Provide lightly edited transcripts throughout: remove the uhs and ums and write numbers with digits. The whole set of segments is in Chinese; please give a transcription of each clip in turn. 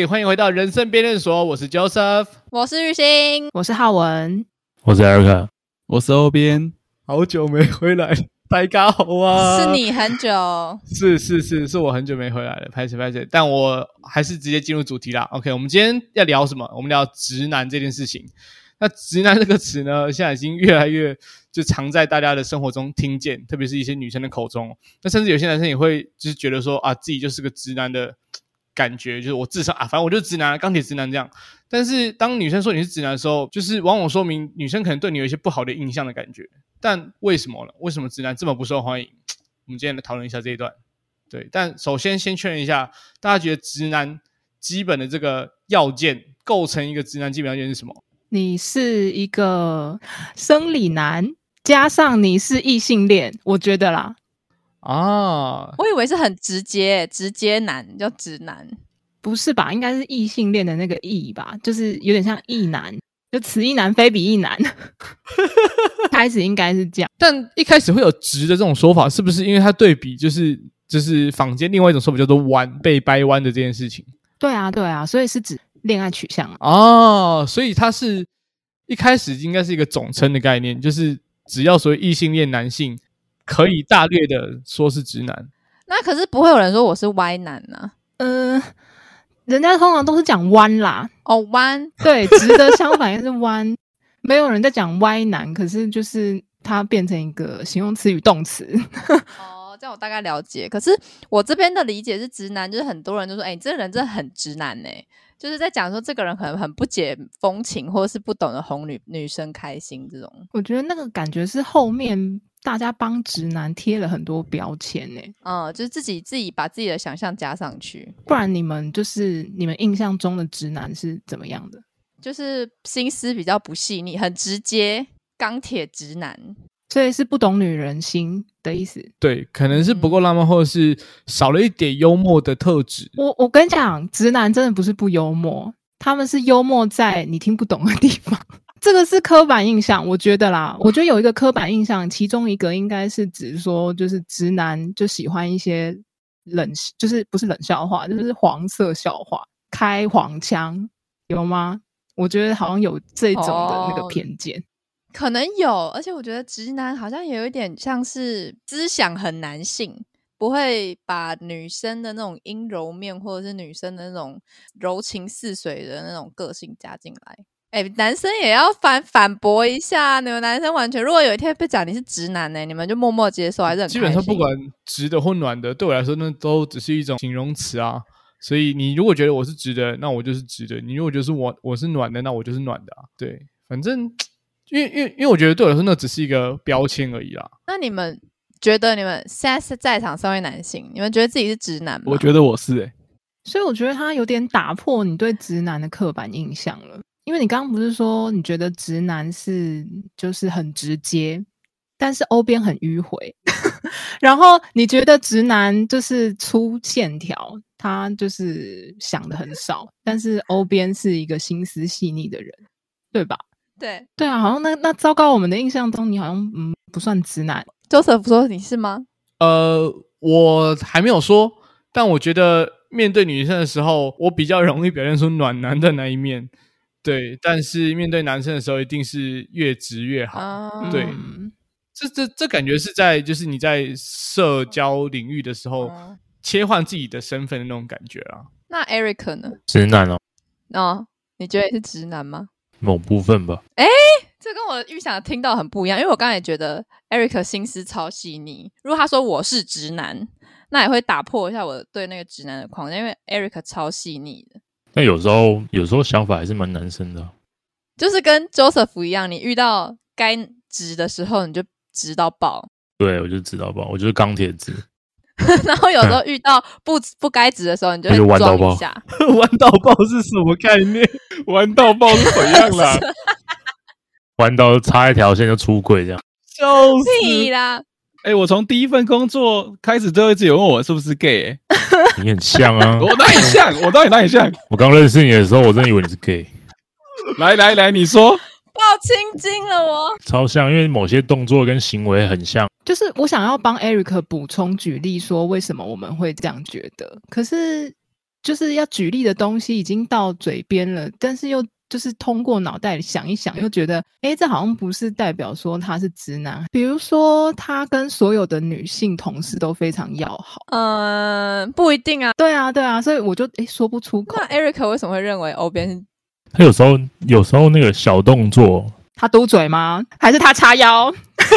OK， 欢迎回到人生辩论所，我是 Joseph， 我是玉兴， 我是浩文， 我是 Erica， 我是欧边， 好久没回来，大家好啊！ 是你很久， 是我很久没回来了，拍谢，但我还是直接进入主题啦。OK， 我们今天要聊什么？我们聊直男这件事情。那直男这个词呢，现在已经越来越就常在大家的生活中听见，特别是一些女生的口中。那甚至有些男生也会就是觉得说啊，自己就是个直男的感觉，就是我至少反正我就是直男，钢铁直男这样。但是当女生说你是直男的时候，就是往往说明女生可能对你有一些不好的印象的感觉。但为什么呢？为什么直男这么不受欢迎？我们今天来讨论一下这一段。对，但首先确认一下，大家觉得直男基本的这个要件，构成一个直男基本要件是什么？ 你是一个生理男，加上你是异性恋，我觉得啦。 啊， 我以为是很直接男叫直男， 不是吧？应该是异性恋的那个异吧，就是有点像异男，就此一男非彼一男。开始应该是这样， 但一开始会有直的这种说法，是不是因为它对比就是坊间另外一种说法叫做弯，被掰弯的这件事情？ 对啊，所以是指恋爱取向哦，所以它是一开始应该是一个总称的概念，就是只要所谓异性恋男性，可以大略的说是直男。 那可是不会有人说我是歪男啊？ 人家通常都是讲弯啦， 哦，弯， 对，直的相反也是弯，没有人在讲歪男，可是就是它变成一个形容词与动词。 哦，这样我大概了解。可是我这边的理解是直男，就是很多人就说，你这个人真的很直男欸，就是在讲说这个人可能很不解风情，或者是不懂得哄女生开心这种。 我觉得那个感觉是后面大家帮直男贴了很多标签欸， 就是自己把自己的想象加上去。 不然你们印象中的直男是怎么样的？ 就是心思比较不细腻，很直接，钢铁直男。 所以是不懂女人心的意思。 对，可能是不够浪漫，或者是少了一点幽默的特质。 我跟你讲，直男真的不是不幽默，他们是幽默在你听不懂的地方。这个是刻板印象，我觉得啦。我觉得有一个刻板印象，其中一个应该是指说，就是直男就喜欢一些就是不是冷笑话，就是黄色笑话，开黄腔，有吗？我觉得好像有这种的那个偏见。 可能有，而且我觉得直男好像也有一点像是思想很男性，不会把女生的那种阴柔面或者是女生的那种柔情似水的那种个性加进来。男生也要反驳一下，你们男生完全如果有一天被讲你是直男你们就默默接受，还是很开心。 基本上不管直的或暖的，对我来说那都只是一种形容词啊。所以你如果觉得我是直的，那我就是直的；你如果觉得我是暖的，那我就是暖的啊。对，反正因为我觉得对我来说那只是一个标签而已啦。 那你们觉得你们现在是在场3位男性，你们觉得自己是直男吗？ 我觉得我是所以我觉得他有点打破你对直男的刻板印象了。因为你刚刚不是说你觉得直男就是很直接，但是欧边很迂回。然后你觉得直男就是粗线条，他就是想的很少，但是欧边是一个心思细腻的人，对吧？对啊，好像那糟糕，我们的印象中你好像不算直男。 Joseph 说你是吗？ 我还没有说，但我觉得面对女生的时候，我比较容易表现出暖男的那一面。对，但是面对男生的时候，一定是越直越好。对，这感觉是在就是你在社交领域的时候，切换自己的身份的那种感觉啦。 那 Eric 呢？ 直男哦， 你觉得你是直男吗？ 某部分吧。 这跟我预想听到很不一样，因为我刚才也觉得 Eric 心思超细腻。如果他说我是直男，那也会打破一下我对那个直男的框架，因为 Eric 超细腻的。 那有时候想法还是蛮男生的就是跟 Joseph 一样，你遇到该直的时候，你就直到爆。 对，我就直到爆，我就是钢铁直。 然后有时候遇到不该直的时候，你就会装一下。 弯到爆是什么概念？弯到爆是怎样啦？ 弯到插一条线就出柜这样。 笑死屁啦！ 我从第一份工作开始就一直有问我是不是 gay。 你很像啊。 我哪里像？我到底哪里像？ 我刚认识你的时候，我真的以为你是 gay。 来，你说。 爆青筋了我。 超像，因为某些动作跟行为很像。 就是我想要帮 Eric 补充举例说为什么我们会这样觉得，可是就是要举例的东西已经到嘴边了，但是又就是通过脑袋想一想，又觉得这好像不是代表说他是直男。比如说他跟所有的女性同事都非常要好， 不一定啊。 对啊，所以我就说不出口。 那 Eric 为什么会认为欧边是？ 他有时候那个小动作， 他嘟嘴吗？还是他叉腰？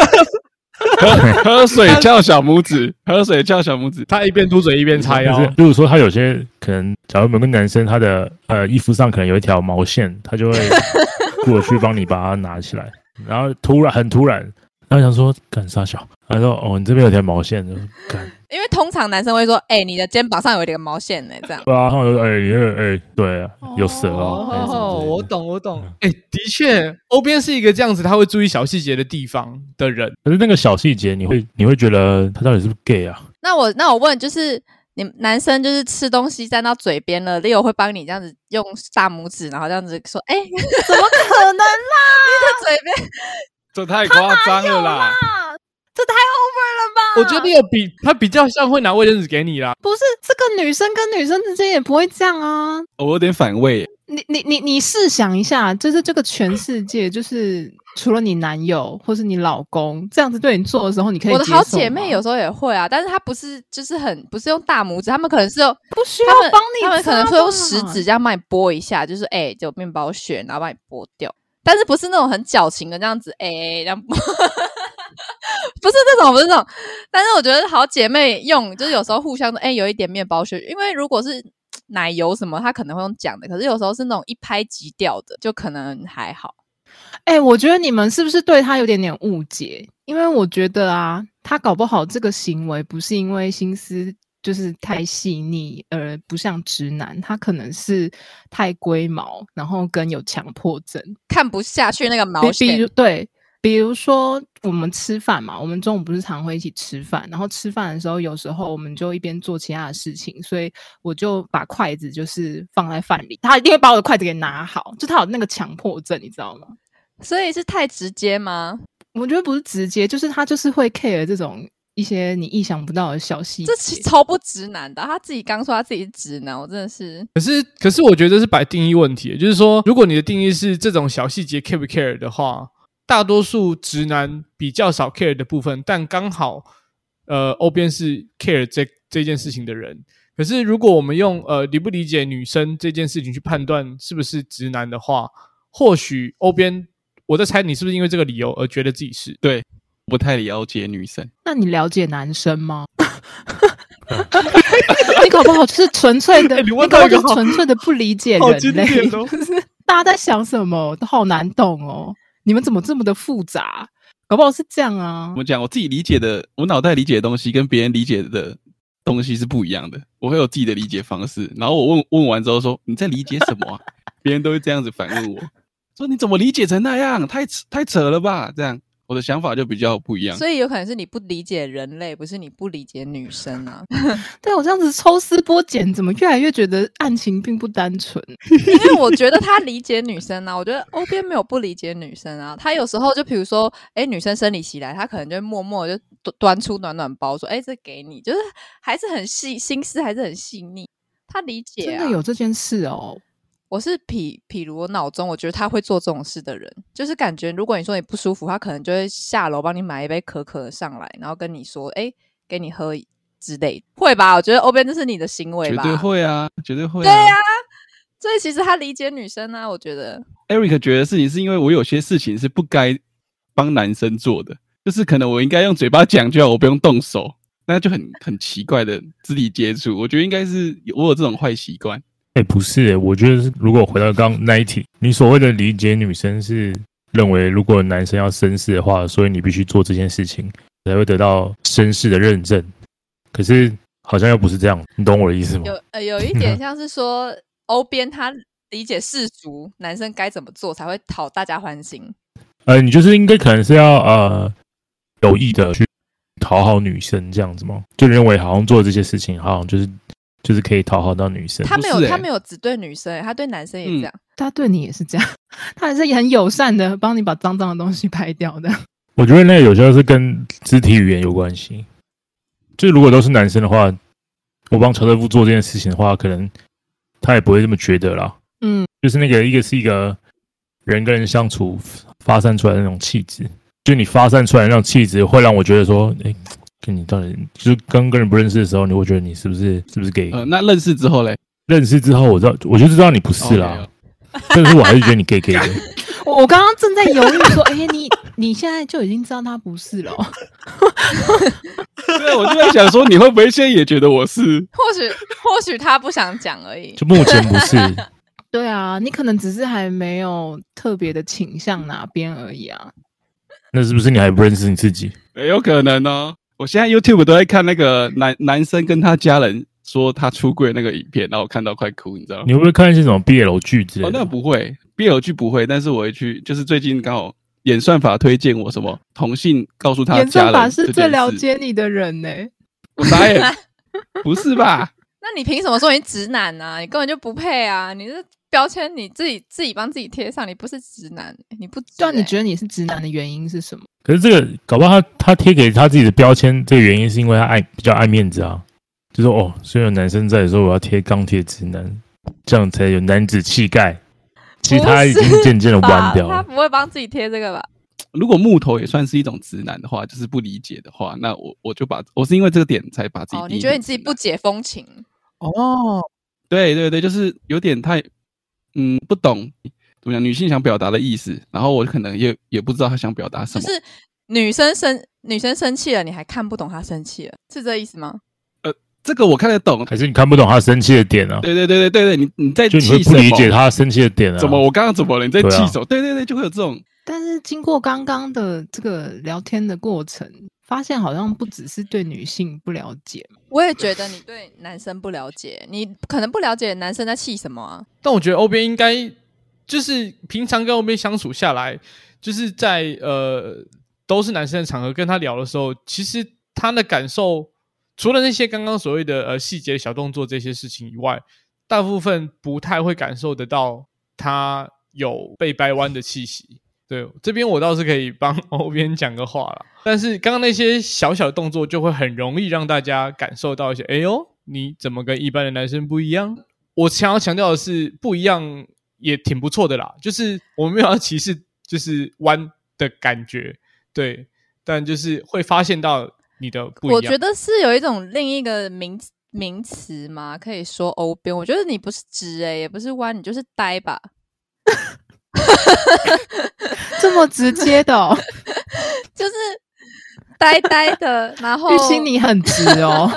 喝水翘小拇指，喝水翘小拇指， 他一边嘟嘴一边叉腰。 如果说他有些可能，假如某个男生他的衣服上可能有一条毛线，他就会过去帮你把它拿起来，然后很突然，然后想说干啥小，他说你这边有条毛线，就干。 因为通常男生会说，你的肩膀上有一个毛线呢，这样。 对啊，他们就说对啊，有蛇哦，我懂。的确，欧边是一个这样子，他会注意小细节的地方的人。 可是那个小细节，你会觉得他到底是不是 gay 啊？ 那我问，就是你男生就是吃东西沾到嘴边了，Leo 会帮你这样子用大拇指，然后这样子说， 怎么可能啦？ 你的嘴边， 这太夸张了啦！ 这太 over 了吧？ 我觉得他比较像会拿卫生纸给你啦。 不是，这个女生跟女生之间也不会这样啊。 我有点反胃耶。 你试想一下，就是这个全世界，就是除了你男友或是你老公这样子对你做的时候，你可以接受吗？ 我的好姐妹有时候也会啊，但是她不是就是不是用大拇指，他们可能是用不需要帮你， 他们可能会用食指这样帮你拨一下，就是就面包屑，然后帮你拨掉。但是不是那种很矫情的这样子，这样不是这种。但是我觉得好姐妹用，就是有时候互相有一点面包屑，因为如果是奶油什么，她可能会用讲的，可是有时候是那种一拍即掉的，就可能还好。 我觉得你们是不是对他有点误解？因为我觉得啊，他搞不好这个行为不是因为心思就是太细腻而不像直男，他可能是太龟毛，然后跟有强迫症， 看不下去那个毛线。 比如说我们吃饭嘛，我们中午不是常会一起吃饭，然后吃饭的时候有时候我们就一边做其他的事情，所以我就把筷子就是放在饭里，他一定会把我的筷子给拿好，就他有那个强迫症，你知道吗？ 所以是太直接吗？ 我觉得不是直接，就是他就是会 care 这种一些你意想不到的小细节， 这超不直男的。他自己刚说他自己是直男，我真的是。 可是我觉得是摆定义问题，就是说，如果你的定义是这种小细节 care 不 care 的话，大多数直男比较少 care 的部分，但刚好欧边是 care 这件事情的人。可是如果我们用理不理解女生这件事情去判断是不是直男的话，或许欧边，我在猜你是不是因为这个理由而觉得自己是？ 对，不太了解女生。 那你了解男生吗？你搞不好就是纯粹的，你搞不好就是纯粹的不理解人类。大家在想什么都好难懂哦，你们怎么这么的复杂？搞不好是这样啊。 我讲我自己理解的，我脑袋理解的东西跟别人理解的东西是不一样的，我会有自己的理解方式。然后我问完之后说你在理解什么啊？别人都会这样子反问我，说你怎么理解成那样？太扯了吧？这样我的想法就比较不一样。 所以有可能是你不理解人类，不是你不理解女生啊。 对，我这样子抽丝剥茧，怎么越来越觉得案情并不单纯？ 因为我觉得他理解女生啊，我觉得欧边没有不理解女生啊。他有时候就比如说，女生生理期来，他可能就默默就端出暖暖包，说，这给你，就是还是很细，心思还是很细腻。他理解啊， 真的有这件事哦。 我是譬如我脑中我觉得他会做这种事的人，就是感觉如果你说你不舒服，他可能就会下楼帮你买一杯可可上来，然后跟你说给你喝之类的，会吧？我觉得欧边这是你的行为吧， 绝对会啊，绝对会啊。 对啊，所以其实他理解女生啊，我觉得 Eric 觉得事情是因为我有些事情是不该帮男生做的，就是可能我应该用嘴巴讲就好，我不用动手，那就很奇怪的肢体接触，我觉得应该是我有这种坏习惯。 不是我觉得是，如果回到刚刚那一题，你所谓的理解女生是认为，如果男生要绅士的话，所以你必须做这件事情，才会得到绅士的认证。可是好像又不是这样，你懂我的意思吗？ 有一点像是说，欧边他理解世俗男生该怎么做才会讨大家欢心。 你就是应该可能是要有意的去讨好女生这样子吗？就认为好像做这些事情，好像就是可以讨好到女生。 他没有只对女生，他对男生也这样。 他对你也是这样，他还是很友善的帮你把脏脏的东西拍掉的。 我觉得那个有时候是跟肢体语言有关系。就如果都是男生的话，我帮乔瑟夫做这件事情的话，可能他也不会这么觉得啦。 嗯， 就是那个一个是一个人跟人相处发散出来的那种气质，就你发散出来的那种气质，会让我觉得说，跟你到底就是跟人不认识的时候，你会觉得你是不是 gay？ 那认识之后嘞？ 认识之后我就知道你不是啦，但是我还是觉得你 gay 的。 我刚刚正在犹豫说，你现在就已经知道他不是了。 对，我就在想说，你会不会现在也觉得我是？ 或许他不想讲而已。 就目前不是。 对啊，你可能只是还没有特别的倾向哪边而已啊。 那是不是你还不认识你自己？ 有可能哦。我现在 YouTube 都在看那个男生跟他家人说他出柜那个影片，然后我看到快哭，你知道吗？ 你会不会看一些什么 BL 剧之类的？ 那不会，BL 剧不会，但是我会去，就是最近刚好演算法推荐我什么同性告诉他家人， 演算法是最了解你的人呢。 我傻眼，不是吧？ 那你凭什么说你直男啊？你根本就不配啊！你这标签你自己帮自己贴上，你不是直男，你不直。 对啊，你觉得你是直男的原因是什么？ 可是这个搞不好他贴给他自己的标签，这个原因是因为他比较爱面子啊，就说所以有男生在的时候，我要贴钢铁直男，这样才有男子气概。其实他已经渐渐的弯掉了。 他不会帮自己贴这个吧？ 如果木头也算是一种直男的话，就是不理解的话，那我是因为这个点才把自己你觉得你自己不解风情？ 哦， 对，就是有点太不懂怎么讲女性想表达的意思，然后我可能也不知道她想表达什么。 就是女生生气了，你还看不懂她生气了，是这意思吗？ 这个我看得懂， 还是你看不懂她生气的点啊？ 对，你在气什么？ 就你会不理解她生气的点啊？ 怎么我刚刚怎么了？你在气什么？对，就会有这种。 但是经过刚刚的这个聊天的过程，发现好像不只是对女性不了解。 我也觉得你对男生不了解，你可能不了解男生在气什么啊。 但我觉得欧边应该就是平常跟欧边相处下来，就是在都是男生的场合跟他聊的时候，其实他的感受除了那些刚刚所谓的细节小动作这些事情以外，大部分不太会感受得到他有被掰弯的气息。对，这边我倒是可以帮欧边讲个话啦，但是刚刚那些小小的动作就会很容易让大家感受到一些，你怎么跟一般的男生不一样？我想要强调的是，不一样也挺不错的啦，就是我们没有要歧视，就是弯的感觉，对，但就是会发现到你的不一样。 我觉得是有一种另一个名词嘛，可以说欧边。我觉得你不是直也不是弯，你就是呆吧。 这么直接的哦。 就是呆呆的，然后玉兴你很直哦。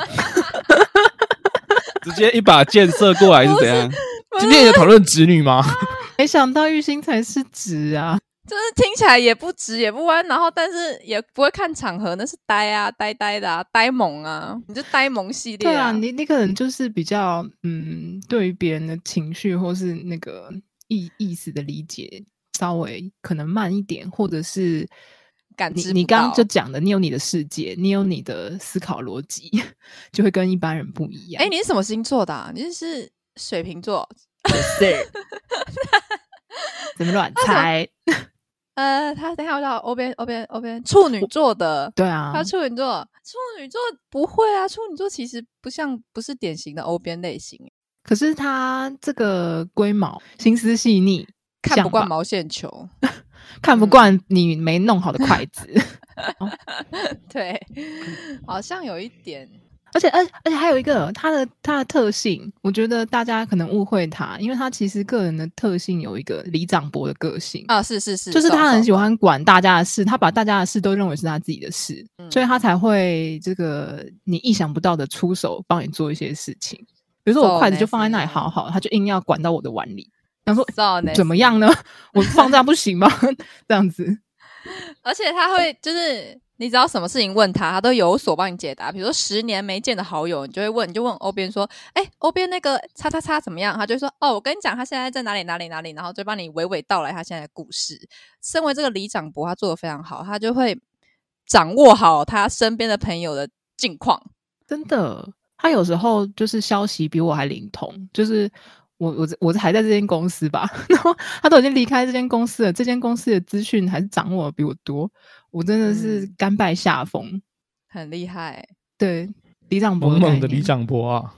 直接一把箭射过来是怎样？ 今天也讨论直女吗？ 没想到玉兴才是直啊， 就是听起来也不直也不弯，然后但是也不会看场合，那是呆啊，呆呆的啊，呆萌啊，你就呆萌系列啊。 对啊，你可能就是比较对于别人的情绪或是那个意思的理解稍微可能慢一点，或者是感知不到。 你刚刚就讲的，你有你的世界，你有你的思考逻辑，就会跟一般人不一样。 你是什么星座的啊？你是水瓶座？ 是怎么乱猜？ 他等一下我叫欧边处女座的。 对啊， 他处女座不会啊，处女座其实不是典型的欧边类型。 可是他这个龟毛，心思细腻， 看不惯毛线球， 看不惯你没弄好的筷子。 对，好像有一点。 而且还有一个他的特性，我觉得大家可能误会他，因为他其实个人的特性有一个里长伯的个性啊，是， 就是他很喜欢管大家的事，他把大家的事都认为是他自己的事，所以他才会这个你意想不到的出手帮你做一些事情。比如说我筷子就放在那里好好，他就硬要管到我的碗里，想说怎么样呢？我放这样不行吗？这样子。 而且他会就是你只要什么事情问他，他都有所帮你解答。比如说10年没见的好友，你就问欧边说，欧边那个叉叉叉怎么样？他就会说，我跟你讲他现在在哪里，然后就帮你娓娓道来他现在的故事。身为这个里长伯，他做得非常好，他就会掌握好他身边的朋友的近况。 真的，他有时候就是消息比我还灵通，就是我还在这间公司吧，然后他都已经离开这间公司了，这间公司的资讯还是掌握的比我多，我真的是甘拜下风， 很厉害。 对，里长伯猛猛的里长伯啊，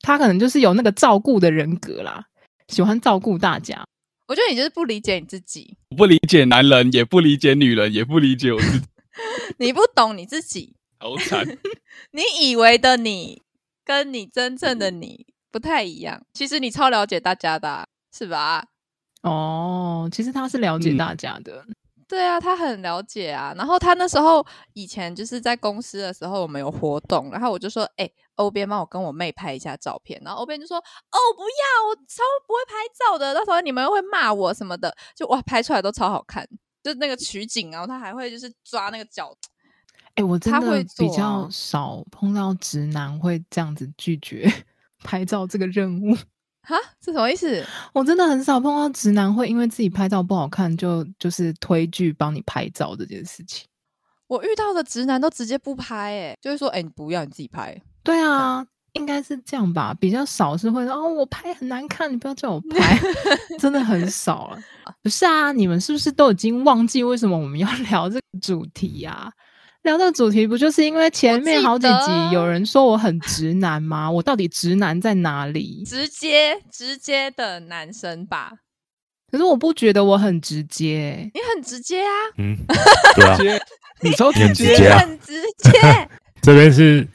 他可能就是有那个照顾的人格啦，喜欢照顾大家。 我觉得你就是不理解你自己， 我不理解男人，也不理解女人，也不理解我自己， 你不懂你自己， 好惨。 你以为的你跟你真正的你不太一样，其实你超了解大家的啊，是吧？ 哦，其实他是了解大家的。 对啊，他很了解啊。然后他那时候以前就是在公司的时候，我们有活动，然后我就说，欧边帮我跟我妹拍一下照片，然后欧边就说，哦，不要，我超不会拍照的，到时候你们会骂我什么的，就哇，拍出来都超好看，就是那个取景，然后他还会就是抓那个角。 我真的他会做啊比较少碰到直男会这样子拒绝拍照这个任务。 哈，这什么意思？ 我真的很少碰到直男会因为自己拍照不好看就是推拒帮你拍照这件事情。 我遇到的直男都直接不拍，就会说，你不要，你自己拍。 对啊，应该是这样吧，比较少是会说我拍很难看，你不要叫我拍，真的很少了。不是啊，你们是不是都已经忘记为什么我们要聊这个主题啊？聊这个主题不就是因为前面好几集有人说我很直男吗？我到底直男在哪里？ 直接的男生吧。 可是我不觉得我很直接。 你很直接啊。 对啊， 你超你很直接直接啊。 很直接。 这边是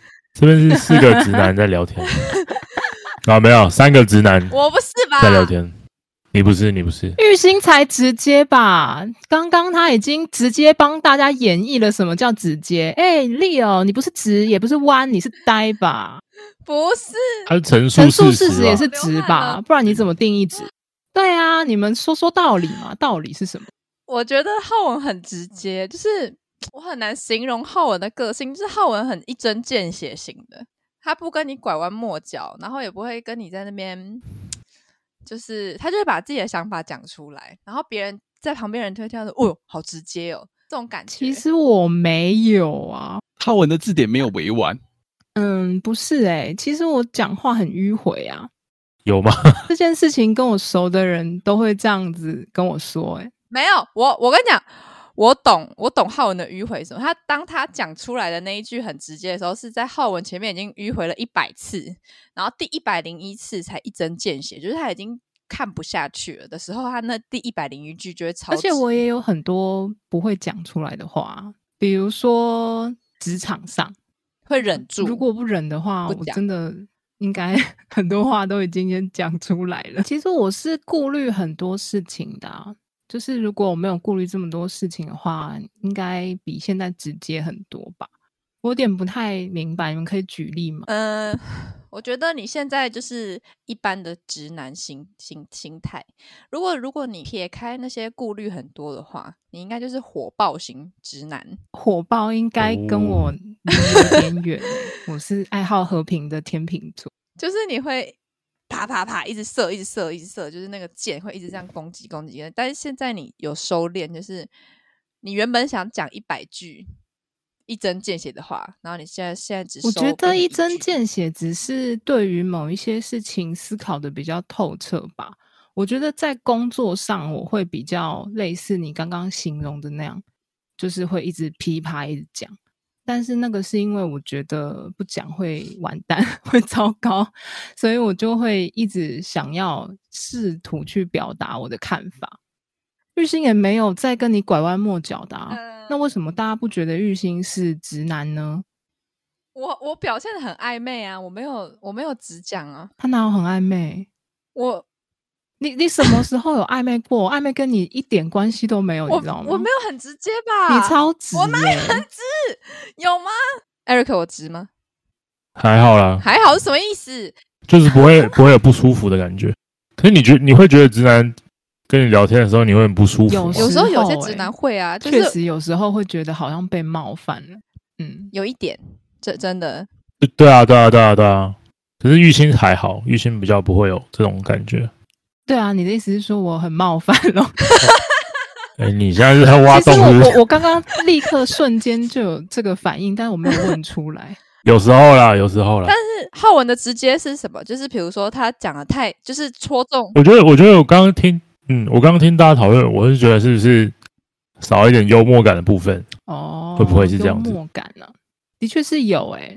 4个直男在聊天啊，没有3个直男我不是吧？ 在聊天。你不是玉兴才直接吧？刚刚他已经直接帮大家演绎了什么叫直接。Leo， 你不是直也不是弯，你是呆吧？ 不是， 他是陈陈述事实也是流直汗了？ 吧不然你怎么定义直？对啊，你们说道理嘛，道理是什么？ 我觉得浩文很直接，就是我很难形容浩文的个性，就是浩文很一针见血型的，他不跟你拐弯抹角，然后也不会跟你在那边，就是他就会把自己的想法讲出来，然后别人在旁边人推跳说，哦，好直接哦，这种感觉。 其实我没有啊。 浩文的字典没有委婉。 不是其实我讲话很迂回啊。 有吗？ 这件事情跟我熟的人都会这样子跟我说没有，我跟你讲，我懂浩文的迂回什么。当他讲出来的那一句很直接的时候，是在浩文前面已经迂回了100次，然后第101次才一针见血，就是他已经看不下去了的时候，他那第101句就会超直。 而且我也有很多不会讲出来的话，比如说职场上会忍住， 如果不忍的话， 不讲我真的应该很多话都已经先讲出来了。其实我是顾虑很多事情的就是如果我没有顾虑这么多事情的话，应该比现在直接很多吧。我有点不太明白，你们可以举例吗？ 我觉得你现在就是一般的直男心态。如果你撇开那些顾虑很多的话，你应该就是火爆型直男。 火爆应该跟我离有点远我是爱好和平的天秤座， 就是你会啪啪啪一直射，就是那个箭会一直这样攻击。但是现在你有收敛，就是你原本想讲100句一针见血的话，然后你现在只收。 我觉得一针见血只是对于某一些事情思考的比较透彻吧。我觉得在工作上我会比较类似你刚刚形容的那样，就是会一直噼啪一直讲，但是那个是因为我觉得不讲会完蛋会糟糕，所以我就会一直想要试图去表达我的看法。玉兴也没有在跟你拐弯抹角的那为什么大家不觉得玉兴是直男呢？ 我表现得很暧昧啊，我没有直讲啊。 他哪有很暧昧？你什么时候有暧昧过？暧昧跟你一点关系都没有，你知道吗？ 我没有很直接吧？ 你超直我哪里很直？有吗 ？Eric， 我直吗？ 还好啦， 还好是什么意思？ 就是不会有不舒服的感觉。可是你会觉得直男跟你聊天的时候你会很不舒服吗？ 有时候有些直男会啊，就是确实有时候会觉得好像被冒犯了。 有一点，这真的。 对啊。可是玉兴还好，玉兴比较不会有这种感觉。 对啊，你的意思是说我很冒犯了？ 你现在是在挖洞是不是？ 我刚刚立刻瞬间就有这个反应，但是我没有问出来。 有时候啦。 但是浩文的直接是什么？就是比如说他讲的太就是戳中。 我觉得我刚刚听大家讨论，我是觉得是不是少一点幽默感的部分？会不会是这样子？ 幽默感呢？的确是有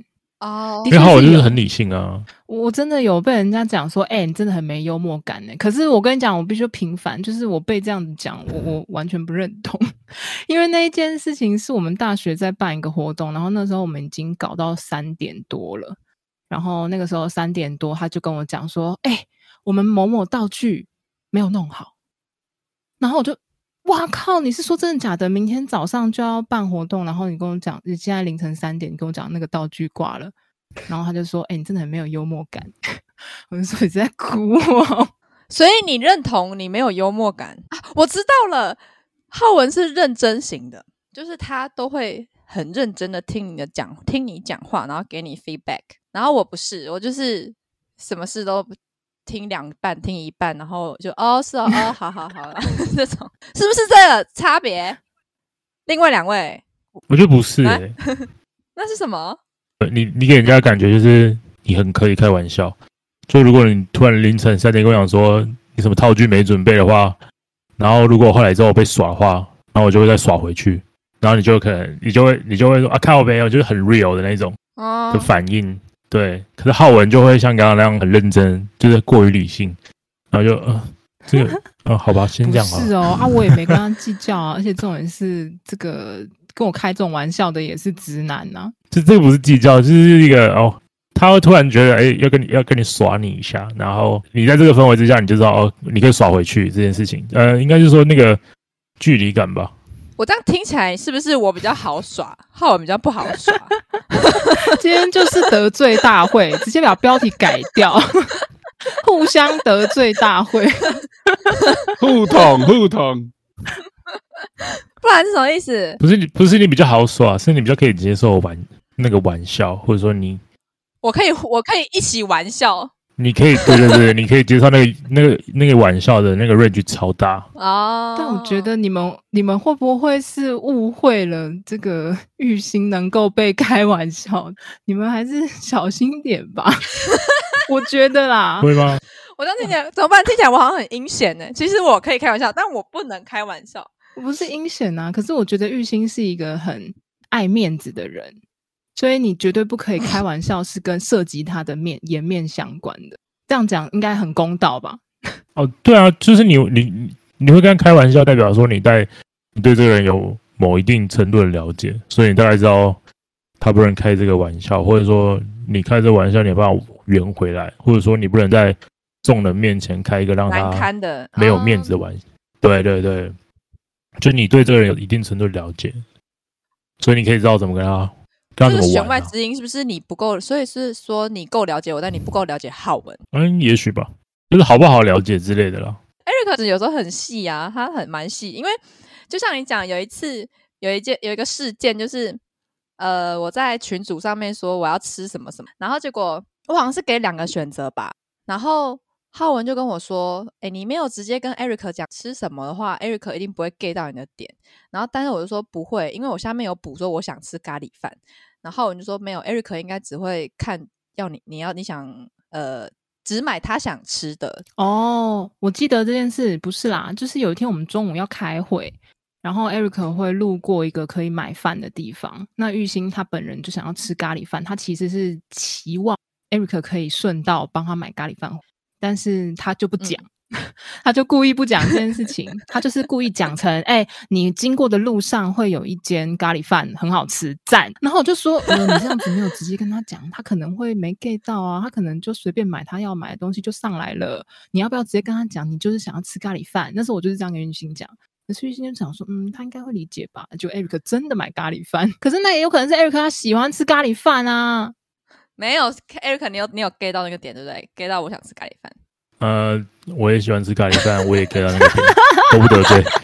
哦的， 因为浩确是有文就是很理性啊。 我真的有被人家讲说，你真的很没幽默感呢。可是我跟你讲，我必须平反，就是我被这样子讲，我完全不认同。因为那一件事情是我们大学在办一个活动，然后那时候我们已经搞到3点多了，然后那个时候3点多，他就跟我讲说，我们某某道具没有弄好，然后我就。哇靠！你是说真的假的？明天早上就要办活动，然后你跟我讲，你现在凌晨3点，你跟我讲那个道具挂了，然后他就说：“你真的很没有幽默感。”我就说：“你在哭哦。” 所以你认同你没有幽默感啊？我知道了，浩文是认真型的，就是他都会很认真的听你讲话，然后给你 feedback。然后我不是，我就是什么事都听听一半，然后就是好好这种是不是这个差别？另外2位， 我觉得不是那是什么？ 你给人家的感觉就是你很可以开玩笑。就如果你突然凌晨3点跟我讲说你什么套具没准备的话，然后如果后来之后被耍的话，然后我就会再耍回去，然后你就会说看我没有，就是很 real 的那种的反应。对，可是浩文就会像刚刚那样很认真，就是过于理性，然后就这个好吧，先这样好了。 不是哦，我也没跟他计较啊，而且重点是这个跟我开这种玩笑的也是直男啊。 这个不是计较，就是一个他会突然觉得要跟你耍你一下，然后你在这个氛围之下，你就知道你可以耍回去这件事情。应该就是说那个距离感吧。 我这样听起来是不是我比较好耍，浩文比较不好耍？ 今天就是得罪大会，直接把标题改掉，互相得罪大会， 互捅， 不然是什么意思？ 不是你比较好耍，是你比较可以接受那个玩笑，或者说我可以一起玩笑。 你可以对，你可以接受那个玩笑的那个 range 超大哦。 但我觉得你们会不会是误会了这个玉兴能够被开玩笑？你们还是小心点吧。我觉得啦， 会吗？ 我这样听起来怎么办？听起来我好像很阴险呢。其实我可以开玩笑，但我不能开玩笑。 我不是阴险啊，可是我觉得玉兴是一个很爱面子的人。所以你绝对不可以开玩笑，是跟涉及他的颜面相关的。这样讲应该很公道吧？ 对啊，就是你会跟他开玩笑，代表说你对这个人有某一定程度的了解，所以你大概知道他不能开这个玩笑，或者说你开这个玩笑你有办法圆回来，或者说你不能在众人面前开一个让他难堪的没有面子的玩笑。对，就你对这个人有一定程度的了解，所以你可以知道怎么跟他。 这个弦外之音是不是你不够？所以是说你够了解我，但你不够了解浩文。 也许吧，就是好不好了解之类的啦。 Eric 有时候很细啊，他蛮细，因为就像你讲，有一个事件，就是我在群组上面说我要吃什么什么，然后结果我好像是给2个选择吧，然后浩文就跟我说：“你没有直接跟 Eric 讲吃什么的话 ，Eric 一定不会 get 到你的点。”然后，但是我就说不会，因为我下面有补说我想吃咖喱饭。然后浩文就说没有 ，Eric 应该只会看要你想只买他想吃的。 哦，我记得这件事不是啦，就是有一天我们中午要开会，然后 Eric 会路过一个可以买饭的地方。那玉兴他本人就想要吃咖喱饭，他其实是期望 Eric 可以顺道帮他买咖喱饭。但是他就不讲，他就故意不讲这件事情，他就是故意讲成你经过的路上会有一间咖喱饭很好吃，赞。然后我就说你这样子没有直接跟他讲，他可能会没 get 到啊，他可能就随便买他要买的东西就上来了。你要不要直接跟他讲，你就是想要吃咖喱饭？那时候我就是这样跟玉兴讲，可是玉兴就想说他应该会理解吧，就 Eric 真的买咖喱饭，可是那也有可能是 Eric 他喜欢吃咖喱饭啊。 没有 Eric 你有 get 到那个点对不对？ get 到我想吃咖喱饭。 我也喜欢吃咖喱饭，我也 get 到那个点，都不得罪。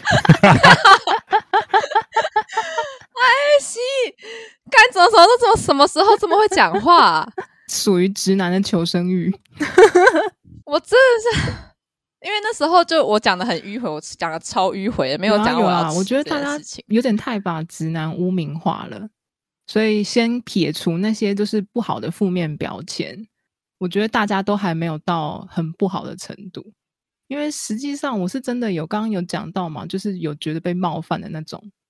干什么时候这么会讲话属于直男的求生欲。 我真的是因为那时候就我讲的很迂回，我讲的超迂回的，没有讲我要吃我觉得大家有点太把直男污名化了，所以先撇除那些就是不好的负面标签，我觉得大家都还没有到很不好的程度。因为实际上我是真的刚刚有讲到嘛，就是有觉得被冒犯的那种，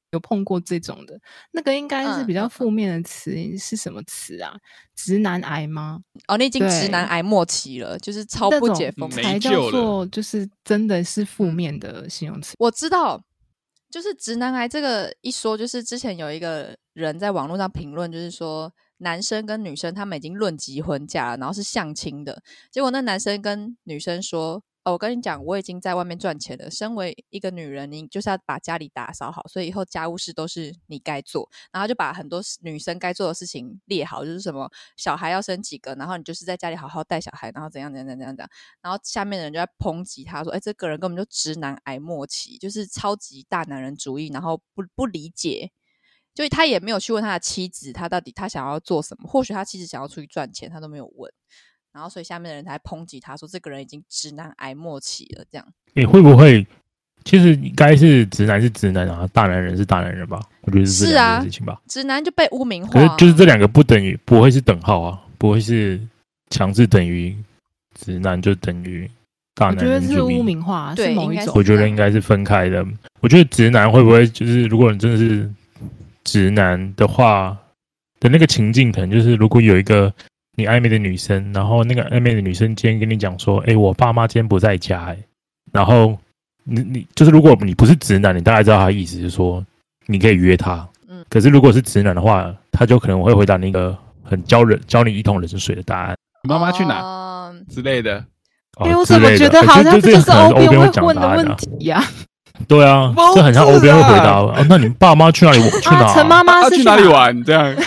有碰过这种的，那个应该是比较负面的词，是什么词啊？直男癌吗？ 哦，你已经直男癌末期了，就是超不解风才叫做就是真的是负面的形容词。 我知道，就是直男癌这个一说，就是之前有一个人在网络上评论，就是说男生跟女生他们已经论及婚嫁了，然后是相亲的，结果那男生跟女生说，我跟你讲，我已经在外面赚钱了，身为一个女人，你就是要把家里打扫好，所以以后家务事都是你该做，然后就把很多女生该做的事情列好，就是什么小孩要生几个，然后你就是在家里好好带小孩，然后怎样，然后下面的人就在抨击他说，这个人根本就直男癌末期，就是超级大男人主义，然后不理解，就他也没有去问他的妻子，他到底他想要做什么，或许他妻子想要出去赚钱，他都没有问。然后所以下面的人才抨击他说这个人已经直男癌末期了这样。 会不会其实该是直男是直男啊，大男人是大男人吧，我觉得是这两件事情吧。 直男就被污名化， 可是就是这两个不会是等号啊，不会是强制等于直男就等于大男人主义。 我觉得是污名化，是某一种。 我觉得应该是分开的。我觉得直男会不会就是如果你真的是直男的话的那个情境，可能就是如果有一个你暧昧的女生，然后那个暧昧的女生今天跟你讲说，我爸妈今天不在家，然后你就是如果你不是直男，你大概知道他的意思是说你可以约他，可是如果是直男的话，他就可能会回答你一个很浇你一桶冷水的答案， 你妈妈去哪之类的。 我怎么觉得好像这就是欧边会问的问题呀？ 对啊，这很像欧边会回答那你爸妈去哪里？去哪？ 陈妈妈是去哪里玩？这样。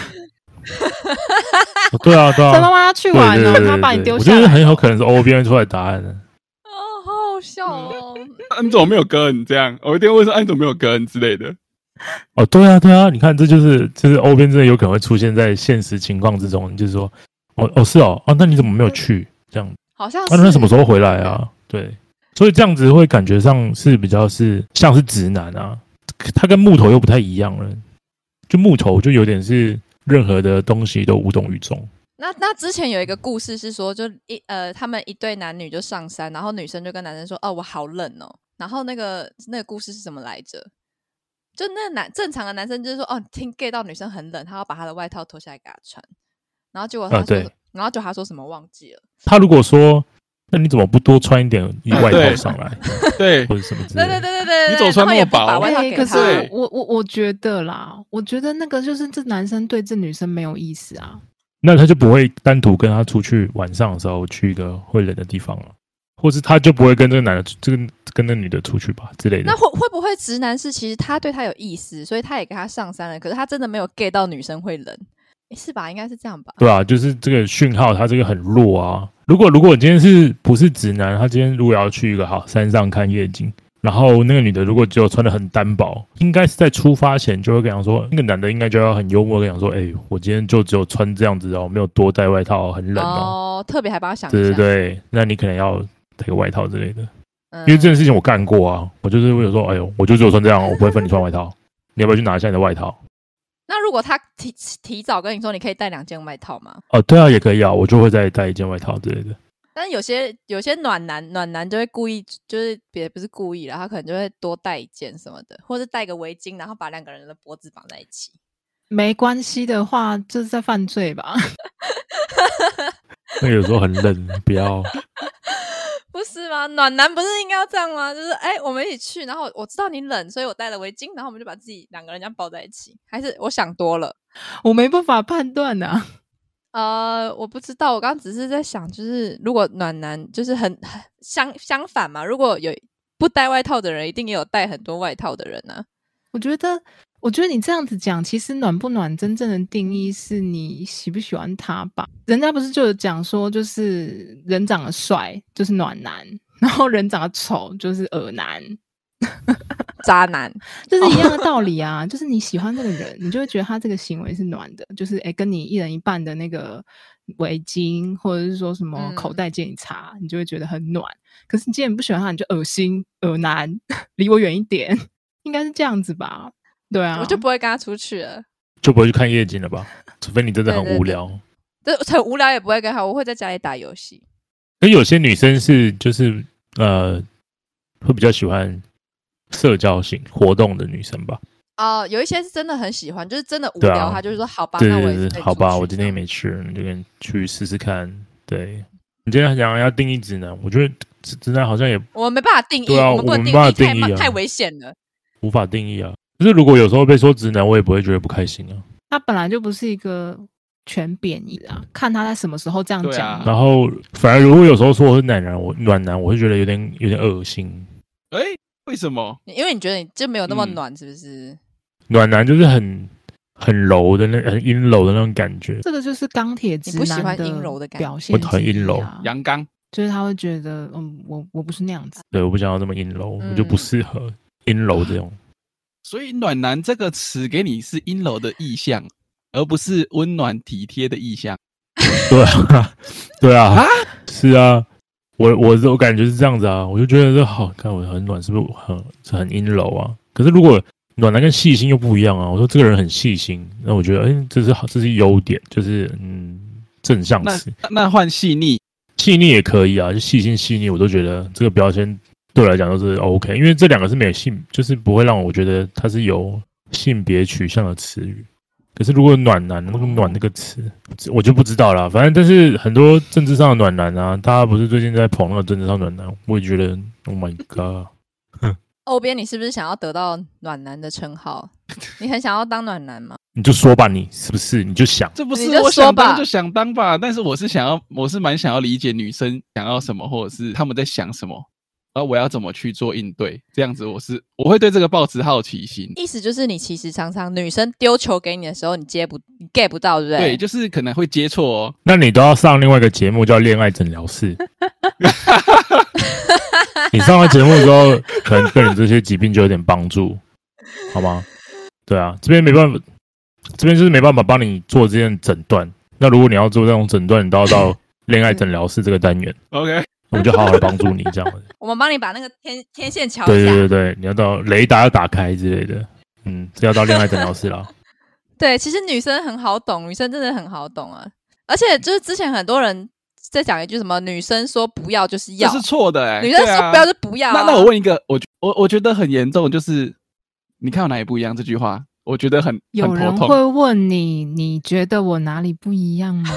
对啊， 陈妈妈去玩了，她把你丢下来。 我觉得很有可能是欧边出来答案的。 好好笑哦！ 你怎么没有跟这样？我一定会问说，你怎么没有跟之类的。 对啊，你看，这就是欧边真的有可能会出现在现实情况之中，就是说，是那你怎么没有去？这样好像是。 那什么时候回来啊？对，所以这样子会感觉上是比较是像是直男啊，他跟木头又不太一样了，就木头就有点是任何的东西都无动于衷。 那之前有一个故事是说，就他们一对男女就上山，然后女生就跟男生说，我好冷哦。然后那个故事是什么来着？就那正常的男生就是说，听 gay 到女生很冷，他要把他的外套脱下来给他穿。然后结果他说，然后就他说什么忘记了。 他如果说，那你怎么不多穿一点外套上来？ 对， 或者什么之类的。 对， 你怎么穿那么薄？ 可是我觉得啦，我觉得那个就是这男生对这女生没有意思啊。 那他就不会单独跟他出去晚上的时候去一个会冷的地方了，或是他就不会跟这个男的跟那女的出去吧之类的。 那会不会直男是其实他对他有意思，所以他也跟他上山了，可是他真的没有 get 到女生会冷，是吧？应该是这样吧？ 对啊，就是这个讯号，他这个很弱啊。如果今天不是直男，他今天如果要去一个山上看夜景，然后那个女的如果只有穿得很单薄，应该是在出发前就会跟讲说，那个男的应该就要很幽默跟讲说，我今天就只有穿这样子没有多带外套，很冷特别还帮他想一下。 对，那你可能要带个外套之类的。因为这件事情我干过啊，我就是会有说，我就只有穿这样，我不会分你穿外套，你要不要去拿一下你的外套？ 那如果他提早跟你说，你可以带2件外套吗？ 对啊，也可以啊，我就会再带1件外套之类的。 但是有些暖男就会故意，就是不是故意啦，他可能就会多带1件什么的，或是带个围巾，然后把2个人的脖子绑在一起。 没关系的话，就是在犯罪吧？ 那有时候很冷，不要。 不是吗？暖男不是应该要这样吗？就是我们一起去，然后我知道你冷，所以我带了围巾，然后我们就把自己2个人这样抱在一起。还是我想多了？ 我没办法判断啊。 我不知道，我刚刚只是在想，就是如果暖男就是很相反嘛，如果有不带外套的人，一定也有带很多外套的人啊。 我觉得你这样子讲，其实暖不暖真正的定义是你喜不喜欢他吧？人家不是就有讲说，就是人长得帅就是暖男，然后人长得丑就是恶男。 渣男就是一样的道理啊。就是你喜欢这个人，你就会觉得他这个行为是暖的，就是跟你1人1半的那个围巾，或者是说什么口袋借你擦，你就会觉得很暖。可是你既然不喜欢他，你就恶心恶男，离我远一点，应该是这样子吧？对啊， 我就不会跟他出去了， 就不会去看夜景了吧？除非你真的很无聊。 对，很无聊也不会跟他，我会在家里打游戏。 可有些女生是就是会比较喜欢社交型活动的女生吧？ 有一些是真的很喜欢，就是真的无对啊聊，他就是说好吧， 对那我对对， 也是可以好吧， 出去我今天也没吃，你就跟去试试看。对，你今天讲要定义直男，我觉得直男好像也我们没办法定义， 对啊我们不能我们没办法定定义啊太危险了。 无法定义啊。就是如果有时候被说直男，我也不会觉得不开心啊。 他本来就不是一个全贬义啦，看他在什么时候这样对啊讲。 然后反而如果有时候说我是暖男，我会觉得有点恶心。 哎，为什么？ 因为你觉得你就没有那么暖，是不是？ 暖男就是很柔的很阴柔的那种感觉。 这个就是钢铁直你不喜欢男阴柔的感觉表现、 我讨厌阴柔阳刚， 就是他会觉得，我不是那样子。 对，我不想要这么阴柔，我就不适合阴柔这种。 所以暖男这个词给你是阴柔的意象，而不是温暖体贴的意象。 对啊，对啊，是啊，我感觉是这样子啊，我就觉得这好看，我很暖，是不是很阴柔啊？可是如果暖男跟细心又不一样啊，我说这个人很细心，那我觉得这是优点，就是正向词。 那换细腻也可以啊，就细心细腻，我都觉得这个标签对我来讲都是 OK， 因为这两个是没有就是不会让我觉得它是有性别取向的词语。可是如果暖男那个暖那个词，我就不知道啦。反正但是很多政治上的暖男啊，大家不是最近在捧那个政治上暖男，我也觉得 Oh my God。 欧边，你是不是想要得到暖男的称号？你很想要当暖男吗？ 你就说吧，你是不是？你就想， 这不是你就我说吧想当就想当吧？但是我是蛮想要理解女生想要什么，或者是他们在想什么，而我要怎么去做应对。这样子我会对这个抱持好奇心。 意思就是你其实常常女生丢球给你的时候，你get 不到，对不对？ 对，就是可能会接错哦。 那你都要上另外一个节目叫恋爱诊疗室。你上完节目之后，可能对你这些疾病就有点帮助，好吗？对啊，这边没办法，这边就是没办法帮你做这件诊断。那如果你要做这种诊断，你都要到恋爱诊疗室这个单元， OK， 我们就好好的帮助你这样子。 我们帮你把那个天线桥对下。 对对对，你要到雷达要打开之类的，这要到恋爱诊疗室啦。 对，其实女生很好懂，女生真的很好懂啊。而且就是之前很多人在讲一句什么，女生说不要就是要， 这是错的哎、 女生说不要就不要、啊。 那我问一个，我觉得很严重，就是你看我哪里不一样这句话，我觉得很有人头痛。 会问你，你觉得我哪里不一样吗？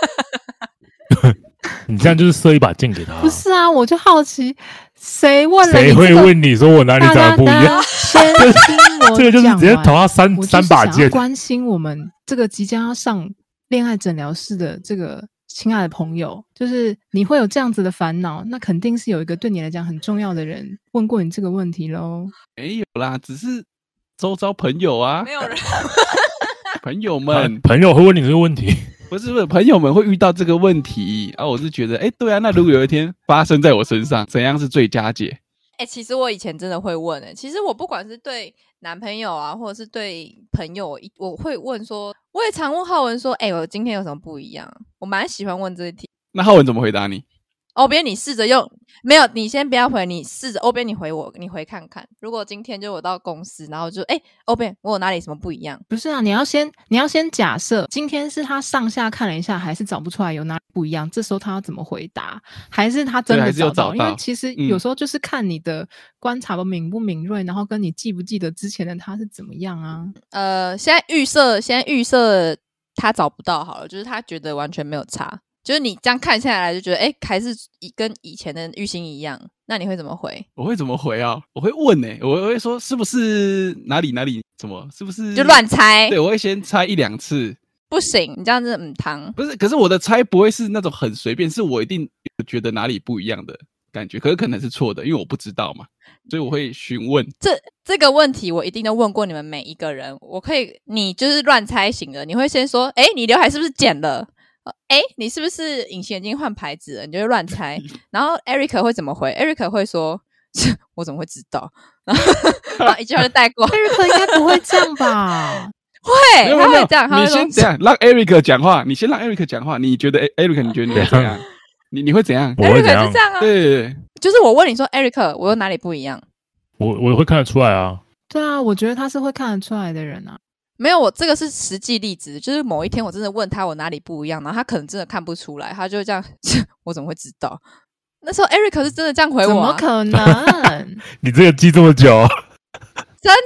你这样就是射一把箭给他、 不是啊，我就好奇，谁问了谁会你这个问你说我哪里长得不一样？ 大家先听我这个就是直接讲完投他三我就是把箭想要。关心我们这个即将要上恋爱诊疗室的这个亲爱的朋友，就是你会有这样子的烦恼，那肯定是有一个对你来讲很重要的人问过你这个问题咯。 没有啦，只是周遭朋友啊没，有人朋友们朋友会问你这个问题， 不是朋友们会遇到这个问题啊。我是觉得，对啊，那如果有一天发生在我身上，怎样是最佳解？ 其实我以前真的会问其实我不管是对男朋友啊，或者是对朋友，我会问说，我也常问浩文说，我今天有什么不一样？我蛮喜欢问这一题。 那浩文怎么回答你？ 欧边，你试着用，没有，你先不要回，你试着欧边，你回我，你回看看。如果今天就我到公司，然后就欧边，我有哪里什么不一样？ 不是啊，你要先假设今天是他上下看了一下，还是找不出来有哪里不一样，这时候他要怎么回答？还是他真的对还是有找到？ 找到因为其实有时候就是看你的观察敏不敏锐，然后跟你记不记得之前的他是怎么样啊？ 现在预设他找不到好了，就是他觉得完全没有差。就是你这样看下来就觉得，还是跟以前的玉兴一样，那你会怎么回？ 我会怎么回啊？我会问我会说是不是哪里怎么是不是就乱猜？ 对，我会先猜一两次。 不行，你这样子汤。 不是，可是我的猜不会是那种很随便，是我一定有觉得哪里不一样的感觉，可能是错的，因为我不知道嘛，所以我会询问。 这个问题我一定都问过你们每一个人，你就是乱猜型的，你会先说，你刘海是不是剪了？你是不是隐形眼镜换牌子了？你就会乱猜。然后 Eric 会怎么回 ？Eric 会说：“我怎么会知道？”然后一句话就带过。 Eric 应该不会这样吧？ 会， 没有他会这样。他你会说先这样，让 Eric 讲话。你先让 Eric 讲话。你觉得 Eric 你觉得你会怎样？你会怎样？ 我会怎 Eric 样是这样啊， 对， 就是我问你说 Eric， 我有哪里不一样？ 我会看得出来啊。 对啊，我觉得他是会看得出来的人啊。 没有，我这个是实际例子，就是某一天我真的问他我哪里不一样，然后他可能真的看不出来，他就这样，我怎么会知道？那时候 Eric 是真的这样回我、啊， 怎么可能？ 你这个记这么久， 真的啊？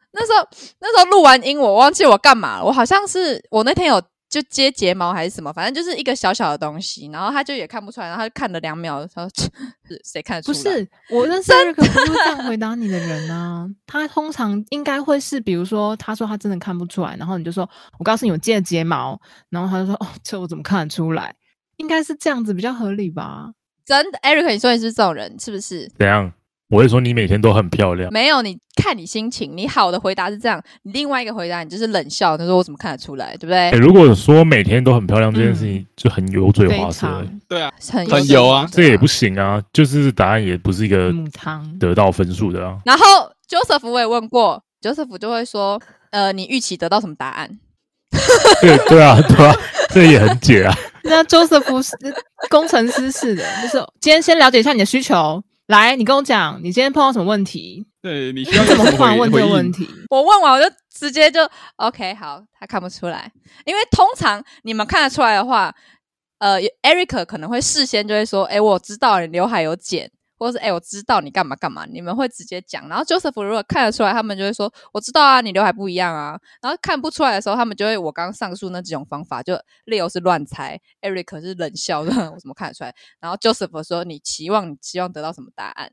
那时候录完音，我忘记我干嘛了。我好像是我那天有就接睫毛还是什么，反正就是一个小小的东西，然后他就也看不出来，然后他就看了2秒，他说谁看得出来？ 不是，我认识Eric不是这样回答你的人啊。他通常应该会是，比如说他说他真的看不出来，然后你就说我告诉你我接了睫毛，然后他就说哦，这我怎么看得出来？应该是这样子比较合理吧？ 真的 ，Eric， 你说你是这种人是不是？ 怎样？我会说你每天都很漂亮。 没有，你看你心情，你好的回答是这样，你另外一个回答你就是冷笑，他说我怎么看得出来，对不对？ 如果说每天都很漂亮这件事情，就很油嘴滑舌。 对啊， 很油啊， 这也不行啊，就是答案也不是一个母汤得到分数的啊。 然后 Joseph 我也问过 ，Joseph 就会说，你预期得到什么答案？ 对啊，这也很解啊。 那 Joseph 是工程师似的，就是今天先了解一下你的需求。来，你跟我讲，你今天碰到什么问题？ 对，你需要怎么突然问这个问题？ 我问完我就直接就 OK， 好，他看不出来，因为通常你们看得出来的话，Eric 可能会事先就会说，我知道你刘海有剪，或者是我知道你干嘛干嘛，你们会直接讲。然后 Joseph 如果看得出来，他们就会说我知道啊，你刘海不一样啊。然后看不出来的时候，他们就会我刚刚上述那几种方法，就 Leo 是乱猜 ，Eric 是冷笑，我怎么看得出来？然后 Joseph 说你希望得到什么答案？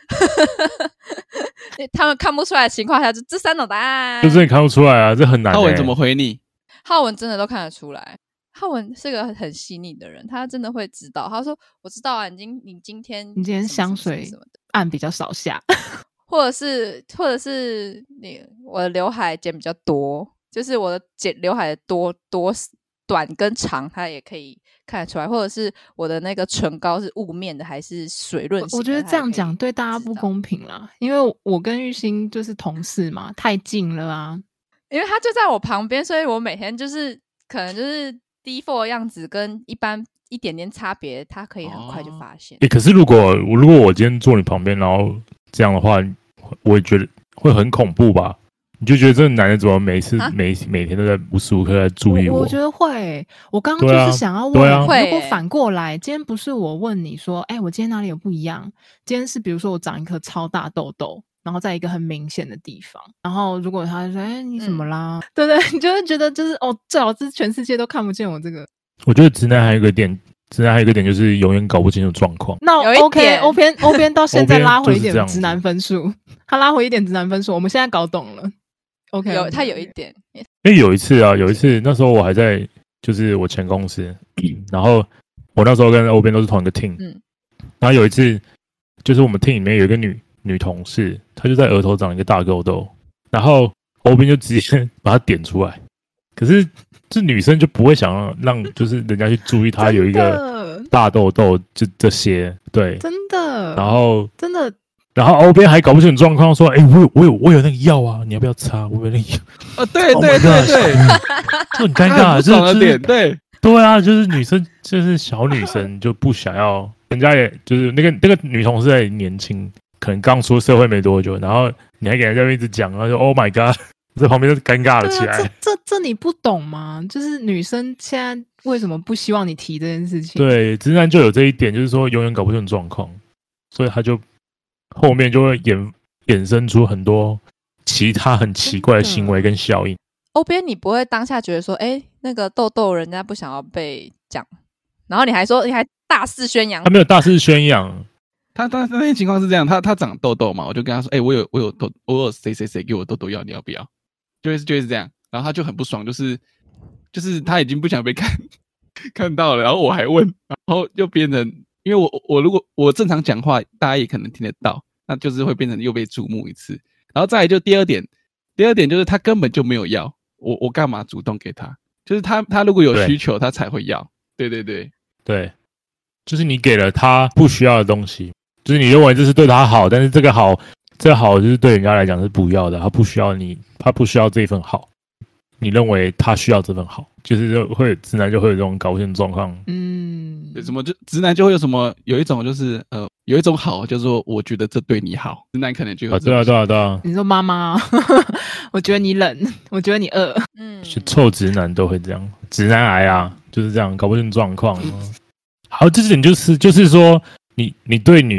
他们看不出来的情况下，就这3种答案， 就是你看不出来啊，这很难。 浩文怎么回你？ 浩文真的都看得出来。浩文是个很细腻的人，他真的会知道。他说：“我知道啊，你今天香水什么的按比较少下， 或者是我的刘海剪比较多，就是我的刘海的多短跟长，他也可以看得出来。或者是我的那个唇膏是雾面的还是水润型的？ 我觉得这样讲对大家不公平啦，因为我跟玉兴就是同事嘛，太近了啊。 因为他就在我旁边，所以我每天就是可能就是default 的样子跟一般一点点差别，他可以很快就发现。 可是如果我今天坐你旁边，然后这样的话，我也觉得会很恐怖吧？你就觉得这个男的怎么每次每天都在无时无刻在注意我？ 我觉得会。我刚刚就是想要问，如果反过来，今天不是我问你说，我今天哪里有不一样？今天是比如说我长一颗超大痘痘。然后在一个很明显的地方，然后如果他说你怎么啦？对不对？你就会觉得就是最好是全世界都看不见我这个。 我觉得直男还有一个点就是永远搞不清楚状况。 那 OK， 欧边到现在拉回一点直男分数，他拉回一点直男分数，我们现在搞懂了。OK， 他有一点。 因为有一次那时候我还在就是我前公司，然后我那时候跟欧边都是同一个 team，然后有一次就是我们 team 里面有一个女同事，她就在额头长一个大痘痘，然后欧边就直接把她点出来。可是这女生就不会想让就是人家去注意她有一个大痘痘，就这些，对， 真的。 然后真的， 然后欧边还搞不清楚状况，说：“我有那个药啊，你要不要擦？我有那个药。” 对，就很尴尬， 就是对啊，就是女生就是小女生就不想要，人家也就是那个女同事也年轻。可能刚出社会没多久，然后你还给人家一直讲，然后就 Oh my God， 在旁边就尴尬了起来。 这你不懂吗？就是女生现在为什么不希望你提这件事情？ 对，直男就有这一点，就是说永远搞不清楚状况，所以他就后面就会衍生出很多其他很奇怪的行为跟效应。 欧边，你不会当下觉得说，那个痘痘人家不想要被讲，然后你还大肆宣扬？ 他没有大肆宣扬。 他那天情况是这样，他长痘痘嘛，我就跟他说，我有谁给我痘痘药，你要不要？就是这样，然后他就很不爽，就是他已经不想被看到了，然后我还问，然后又变成，因为我如果我正常讲话，大家也可能听得到，那就是会变成又被注目一次。然后再来就第二点就是他根本就没有要，我干嘛主动给他？就是他如果有需求，他才会要。对， 就是你给了他不需要的东西。就是你认为这是对他好，但是这好就是对人家来讲是不要的，他不需要这份好，你认为他需要这份好，就是直男就会有这种搞不清楚状况。 什么就直男就会有一种就是有一种好，就是说我觉得这对你好，直男可能就有对啊。 你说妈妈，我觉得你冷，我觉得你饿， 臭直男都会这样，直男癌啊，就是这样搞不清楚状况。好，这点就是说。你对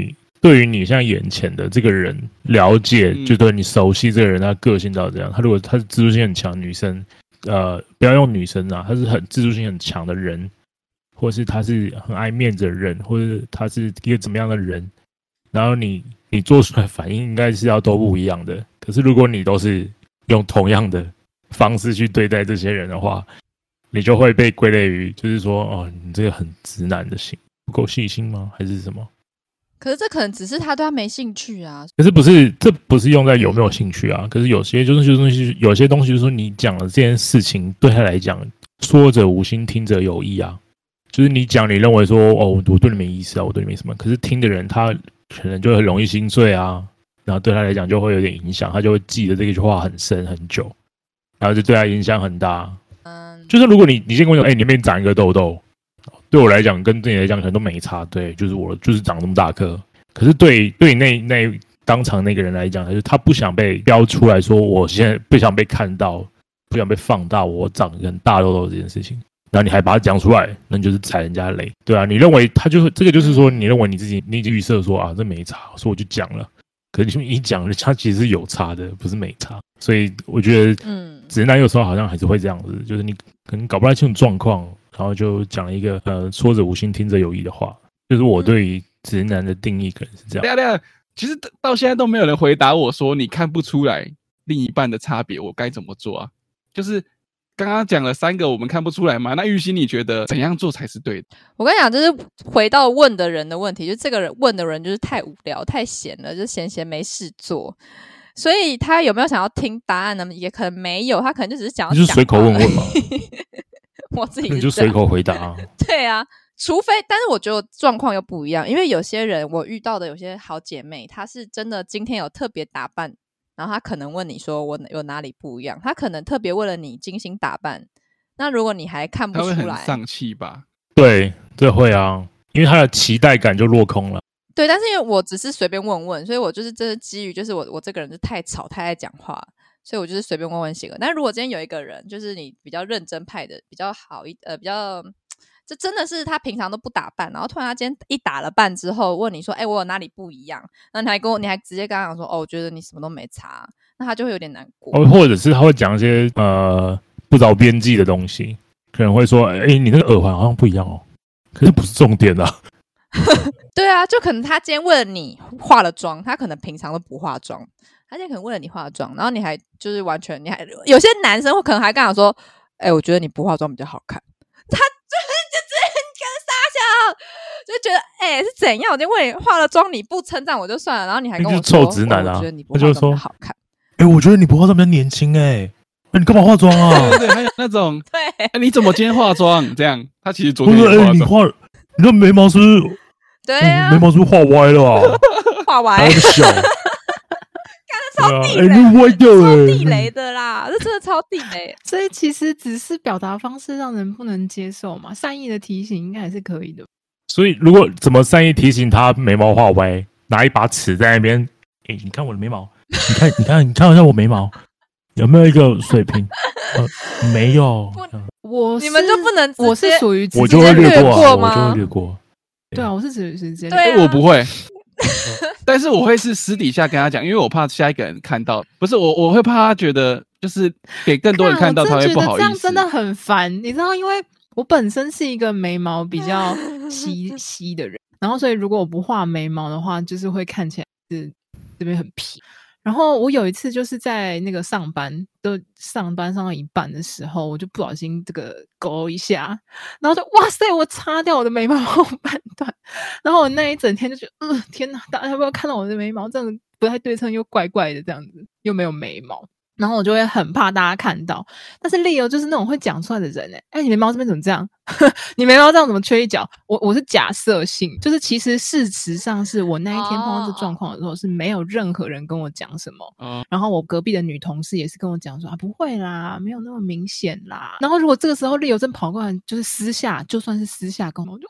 对于你现在眼前的这个人了解，就对你熟悉这个人他个性到这样，他如果他是自主性很强的女生，不要用女生啊，他是很自主性很强的人，或是他是很爱面子的人，或者他是一个怎么样的人，然后你做出来反应应该是要都不一样的。可是如果你都是用同样的方式去对待这些人的话，你就会被归类于就是说，哦，你这个很直男的心，不够细心吗？还是什么？ 可是这可能只是他对他没兴趣啊。 可是这不是用在有没有兴趣啊？可是有些东西，有些东西就是说你讲的这件事情对他来讲，说者无心，听者有意啊。就是你讲，你认为说哦，我对你没意思啊，我对你没什么。可是听的人他可能就很容易心碎啊，然后对他来讲就会有点影响，他就会记得这句话很深很久，然后就对他影响很大。就是如果你先跟我讲，你那边长一个痘痘，对我来讲跟对你来讲可能都没差，对，就是我就是长这么大颗。可是对你那当场那个人来讲，就是他不想被标出来说，我现在不想被看到，不想被放大我长一个很大痘痘这件事情。然后你还把它讲出来，那你就是踩人家的雷，对啊？你认为他就是这个，就是说你认为你自己你已经预设说啊，这没差，所以我就讲了。可是你一讲，他其实是有差的，不是没差。所以我觉得，直男有时候好像还是会这样子，就是你可能搞不太清楚状况，然后就讲了一个说者无心，听者有意的话。就是我对于直男的定义可能是这样。 对啊，其实到现在都没有人回答我说，你看不出来另一半的差别，我该怎么做啊？就是刚刚讲了3个，我们看不出来嘛？那玉兴，你觉得怎样做才是对的？ 我跟你讲，就是回到问的人的问题，就这个人问的人就是太无聊、太闲了，就闲没事做。所以他有没有想要听答案呢？也可能没有，他可能就只是想要就是随口问问嘛。 我自己你就随口回答啊。 对啊，除非，但是我觉得状况又不一样，因为有些人我遇到的有些好姐妹，她是真的今天有特别打扮，然后她可能问你说我有哪里不一样，她可能特别为了你精心打扮。那如果你还看不出来， 她会很丧气吧？ 对，这会啊，因为她的期待感就落空了。 对，但是因为我只是随便问问，所以我就是真的基于就是我这个人是太吵太爱讲话，所以我就是随便问问写个。但如果今天有一个人就是你比较认真派的，比较好比较，这真的是他平常都不打扮，然后突然他今天一打了扮之后问你说，我有哪里不一样？那你还直接跟他讲说，我觉得你什么都没差，那他就会有点难过。 或者是他会讲一些不着边际的东西，可能会说，你那个耳环好像不一样哦，可是不是重点啊。 对啊，就可能他今天为了你化了妆，他可能平常都不化妆，他今天可能为了你化妆，然后你还就是完全你还有些男生会可能还跟他说，我觉得你不化妆比较好看，他就直接跟傻笑，就觉得是怎样？我今天为你化了妆，你不称赞我就算了，然后你还跟我说， 臭直男啊， 我觉得你不化妆比较好看。 我觉得你不化妆比较年轻你干嘛化妆啊？ 对，还有那种对， 你怎么今天化妆？这样，他其实昨天也化妆。 你的眉毛是不是？ 对啊， 眉毛是不是画歪了啊？ 画歪， 还有小， 干的超地雷， 你歪掉超地雷的啦，这真的超地雷。 所以其实只是表达方式让人不能接受嘛，善意的提醒应该还是可以的。 所以如果怎么善意提醒他眉毛画歪，拿一把尺在那边，你看我的眉毛，你看一下我眉毛。有没有一个水平？没有。 你们就不能？ 我是属于我就会略过吗？ 我就会略过。 对啊，我是直接。 对， 我不会。但是我会是私底下跟他讲，因为我怕下一个人看到，不是我会怕他觉得就是给更多人看到，他会不好意思。 这样真的很烦，你知道，因为我本身是一个眉毛比较稀的人，然后所以如果我不画眉毛的话，就是会看起来是这边很平。然后我有一次就是在那个上班上到一半的时候，我就不小心这个勾一下，然后就哇塞，我擦掉我的眉毛后半段，然后我那一整天就觉得天哪，大家要不要看到我的眉毛这样子不太对称又怪怪的这样子，又没有眉毛，然后我就会很怕大家看到。但是 Leo 就是那种会讲出来的人你眉毛这边怎么这样？你眉毛这样怎么缺一角？我是假设性，就是其实事实上是我那一天碰到这状况的时候是没有任何人跟我讲什么，然后我隔壁的女同事也是跟我讲说不会啦，没有那么明显啦。然后如果这个时候 Leo 真跑过来，就是私下，就算是私下跟我，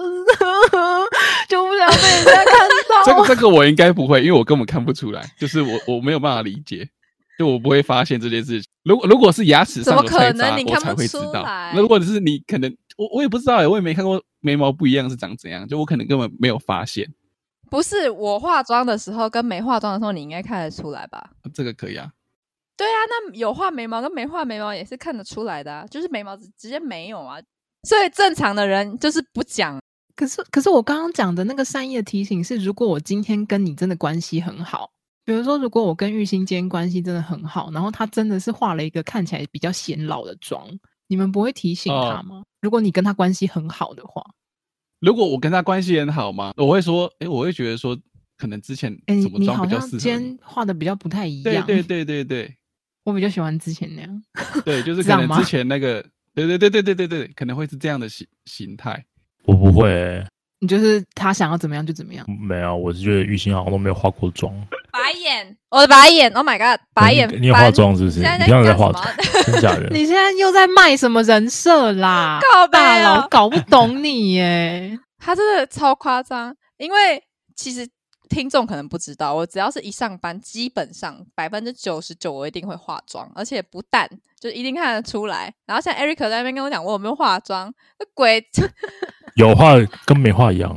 就不想被人家看到。 这个我应该不会，因为我根本看不出来，就是我没有办法理解。就我不会发现这件事情。如果是牙齿上有菜渣，我才会知道。那如果是你可能我也不知道我也没看过眉毛不一样是长怎样，就我可能根本没有发现。 不是我化妆的时候跟没化妆的时候，你应该看得出来吧？ 这个可以啊。 对啊，那有画眉毛跟没画眉毛也是看得出来的啊，就是眉毛直接没有啊。所以正常的人就是不讲。 可是我刚刚讲的那个善意的提醒是，如果我今天跟你真的关系很好，比如说如果我跟玉兴今天关系真的很好，然后他真的是化了一个看起来比较显老的妆，你们不会提醒他吗？如果你跟他关系很好的话， 如果我跟他关系很好吗？我会说，我会觉得说，可能之前什么妆比较适合你。 你好像今天画的比较不太一样。 对， 我比较喜欢之前那样。 对，就是可能之前那个，对，可能会是这样的形态。 我不会你就是他想要怎么样就怎么样。 没有，我是觉得玉兴好像都没有化过妆。 白眼，我的白眼 ，Oh my god， 白眼。 你有化妆是不是？你平常在化妆，真假的？ 你现在又在卖什么人设啦？大佬搞不懂你耶。 他真的超夸张，因为其实听众可能不知道，我只要是一上班，基本上99%我一定会化妆，而且不淡，就一定看得出来。然后像 Eric 在那边跟我讲我有没有化妆，鬼有化跟没化一样。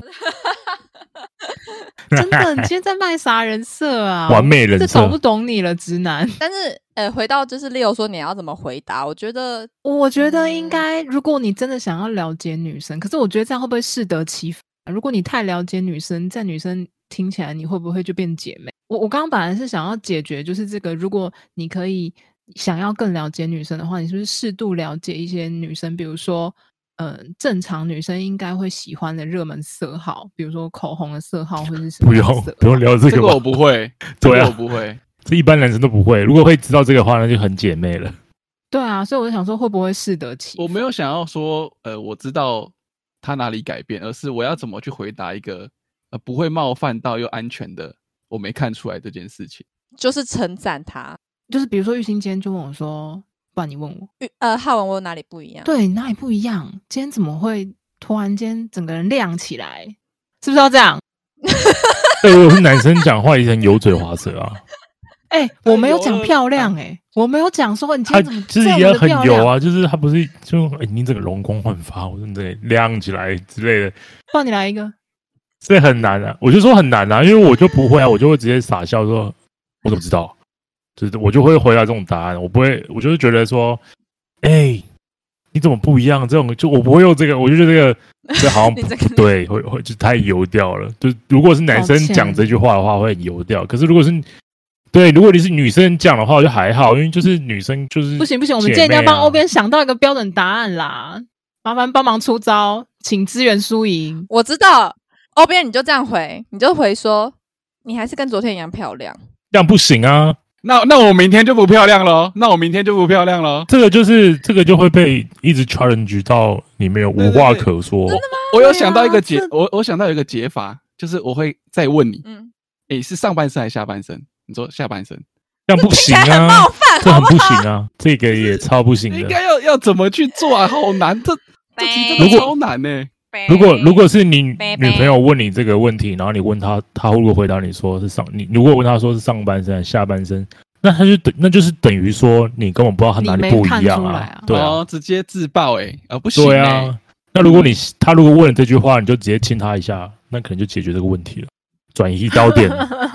真的，你今天在卖啥人设啊？ 完美人设， 这搞不懂你了，直男。 但是回到就是 Leo 说你要怎么回答，我觉得应该，如果你真的想要了解女生，可是我觉得这样会不会适得其反？如果你太了解女生，在女生听起来你会不会就变姐妹？我刚刚本来是想要解决就是这个，如果你可以想要更了解女生的话，你是不是适度了解一些女生，比如说正常女生应该会喜欢的热门色号，比如说口红的色号或者是什么色？ 不用聊这个吧， 这个我不会， 对啊， 我不会， 这一般男生都不会。如果会知道这个话，那就很姐妹了。 对啊，所以我就想说，会不会适得其反？ 我没有想要说我知道他哪里改变，而是我要怎么去回答一个不会冒犯到又安全的，我没看出来这件事情， 就是称赞他， 就是比如说玉兴今天就问我说。不然你问我， 浩文我哪里不一样？ 对，哪里不一样？今天怎么会突然间整个人亮起来？是不是要这样？ 对，如果是男生讲话也很油嘴滑舌啊。 我没有讲漂亮我没有讲说你今天怎么其实也很油啊，就是他不是就你整个容光焕发，我真的亮起来之类的。 不然你来一个， 这很难啊，我就说很难啊，因为我就不会啊，我就会直接傻笑说，我怎么知道？就是我就会回答这种答案，我不会，我就是觉得说，你怎么不一样？这种就我不会用这个，我就觉得这好像不对，会就太油掉了。就如果是男生讲这句话的话，会很油掉。可是如果是如果你是女生讲的话，就还好，因为就是女生就是不行，我们今天要帮欧边想到一个标准答案啦，麻烦帮忙出招，请支援输赢。 我知道，欧边你就这样回，你就回说，你还是跟昨天一样漂亮， 这样不行啊。 那我明天就不漂亮了，这个就会被一直 challenge 到你没有无话可说。 真的吗？ 我有想到一个我想到有一个解法，就是我会再问你，是上半身还是下半身？你说下半身， 这样不行啊， 很冒犯， 这很不行啊，这个也超不行的。 应该要怎么去做啊？好难，这题真的超难呢。 如果是你女朋友问你这个问题，然后你问她如果回答你说是你如果问她说是上半身还是下半身，那就是等于说你根本不知道她哪里不一样啊，对啊， 直接自爆不行对啊。那如果他如果问了这句话，你就直接亲他一下，那可能就解决这个问题了，转移焦点。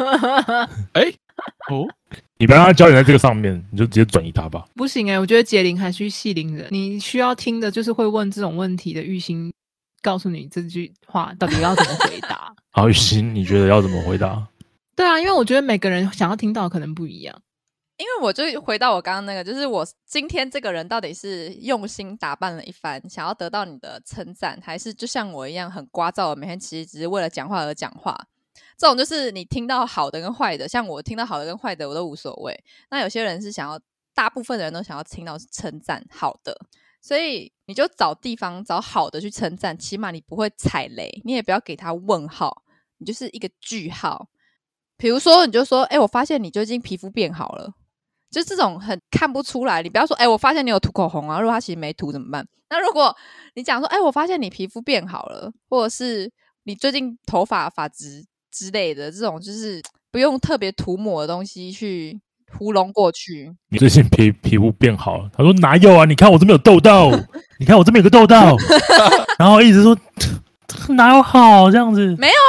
你不要让他焦点在这个上面，你就直接转移他吧。 不行我觉得解铃还须系铃人，你需要听的就是会问这种问题的玉兴。告诉你这句话到底要怎么回答。 好，玉兴，你觉得要怎么回答？ 对啊，因为我觉得每个人想要听到的可能不一样。 因为我就回到我刚刚那个，就是我今天这个人到底是用心打扮了一番，想要得到你的称赞，还是就像我一样很聒噪的，每天其实只是为了讲话而讲话。这种就是你听到好的跟坏的，像我听到好的跟坏的我都无所谓。那有些人是大部分的人都想要听到是称赞好的。所以你就找地方找好的去称赞，起码你不会踩雷，你也不要给他问号，你就是一个句号。比如说你就说我发现你最近皮肤变好了，就这种很看不出来。你不要说我发现你有涂口红啊，如果他其实没涂怎么办？那如果你讲说我发现你皮肤变好了，或者是你最近头发发质之类的，这种就是不用特别涂抹的东西去糊弄过去。 你最近皮肤变好了？他说哪有啊？你看我这边有痘痘，你看我这边有个痘痘，然后一直说哪有好这样子。 没有啊，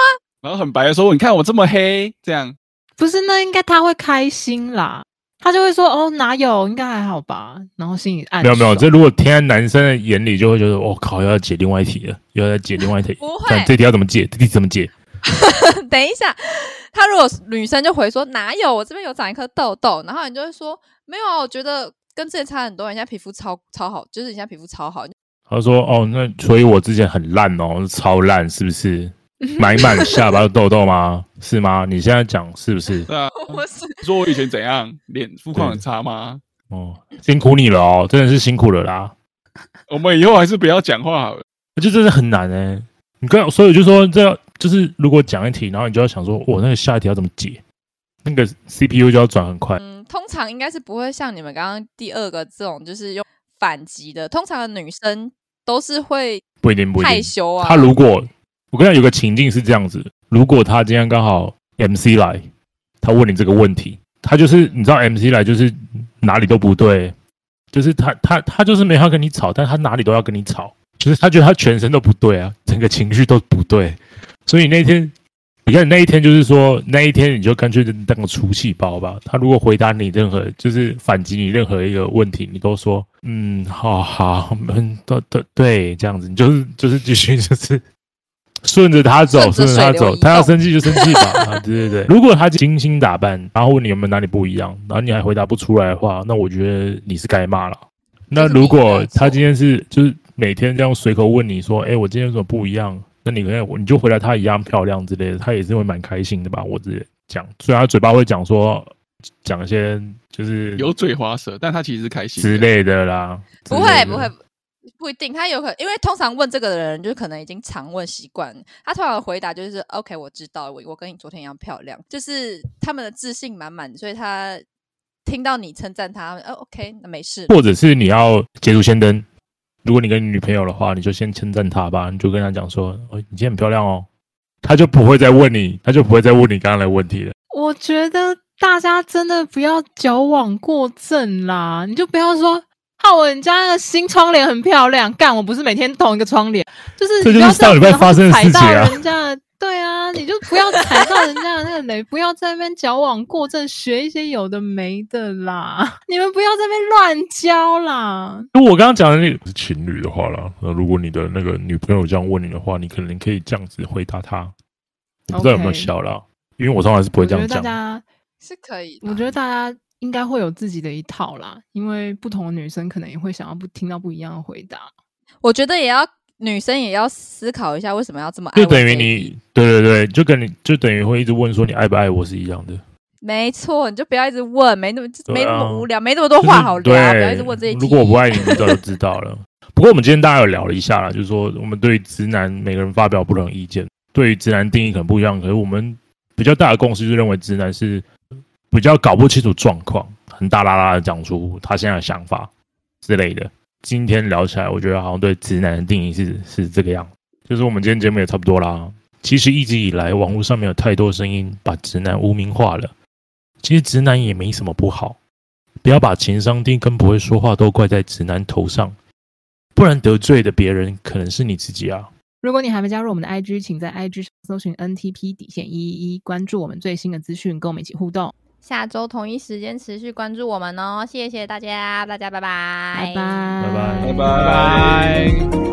然后很白的说你看我这么黑，这样不是，那应该他会开心啦，他就会说哦哪有，应该还好吧，然后心里暗爽。 没有，这如果听在男生的眼里，就会觉得我靠，又要解另外一题了，又要解另外一题。 不会看这题要怎么解？这题怎么解？ 等一下，他如果女生就回说哪有，我这边有长一颗痘痘，然后你就会说没有啊，我觉得跟之前差很多，人家皮肤超好，就是人家皮肤超好。 他说哦，那所以我之前很烂哦，超烂，是不是？满下巴的痘痘吗？是吗？你现在讲是不是？ 对啊， 不是， 说我以前怎样，脸肤况很差吗？ 哦，辛苦你了哦，真的是辛苦了啦。 我们以后还是不要讲话好了。 就真的很难你刚所以我就说这就是如果讲一题，然后你就要想说，我那个下一题要怎么解，那个 CPU 就要转很快。 通常应该是不会像你们刚刚第二个这种，就是用反击的。通常的女生都是会不一定害羞啊。 他如果我跟你讲有个情境是这样子，如果他今天刚好 MC 来，他问你这个问题，他就是你知道 MC 来就是哪里都不对，就是他就是没有要跟你吵，但他哪里都要跟你吵，就是他觉得他全身都不对啊，整个情绪都不对，所以那天你看那一天就是说那一天你就干脆当个出气包吧。他如果回答你任何就是反击你任何一个问题，你都说好，对这样子，你就是继续就是顺着他走，他要生气就生气吧。对。如果他精心打扮，然后问你有没有哪里不一样，然后你还回答不出来的话，那我觉得你是该骂了。那如果他今天是就是每天这样随口问你说，我今天有什么不一样？那你就回答他一样漂亮之类的，他也是会蛮开心的吧？我直接讲，虽然他嘴巴会讲一些就是油嘴滑舌，但他其实是开心之类的啦。 不一定，他有可能因为通常问这个的人就可能已经常问习惯，他通常的回答就是 OK 我知道，我跟你昨天一样漂亮，就是他们的自信满满，所以他听到你称赞他OK 那没事。 或者是你要捷足先登，如果你跟你女朋友的话，你就先称赞她吧，你就跟她讲说你今天很漂亮哦，她就不会再问你刚刚的问题了。 我觉得大家真的不要矫枉过正啦，你就不要说人家那个新窗帘很漂亮，干我不是每天同一个窗帘，就是这就是上礼拜发生的事情啊。 人家对啊，你就不要踩到人家的那个雷，不要在那边矫枉过正，学一些有的没的啦。你们不要在那边乱教啦。 如果我刚刚讲的那个是情侣的话啦，如果你的那个女朋友这样问你的话，你可能可以这样子回答她。我不知道有没有效啦，因为我通常是不会这样讲。 大家是可以， 我觉得大家应该会有自己的一套啦，因为不同的女生可能也会想要听到不一样的回答。 我觉得女生也要思考一下为什么要这么爱我。 就等于你对，就等于会一直问说你爱不爱我是一样的。 没错，你就不要一直问，没那么无聊，没那么多话好聊，不要一直问这一题。 如果我不爱你，你早就知道了。不过我们今天大家有聊了一下啦，就是说我们对于直男每个人发表不同意见，对于直男定义可能不一样，可是我们比较大的共识就是认为直男是比较搞不清楚状况，很大啦啦的讲出他现在的想法之类的。今天聊起来，我觉得好像对直男的定义是这个样，就是我们今天节目也差不多啦。其实一直以来，网络上面有太多声音把直男污名化了。其实直男也没什么不好，不要把情商低跟不会说话都怪在直男头上，不然得罪的别人可能是你自己啊。 如果你还没加入我们的 IG， 请在 IG 搜寻 NTP_111，关注我们最新的资讯，跟我们一起互动。 下周同一时间持续关注我们哦，谢谢大家，大家拜拜， 拜拜， 拜拜。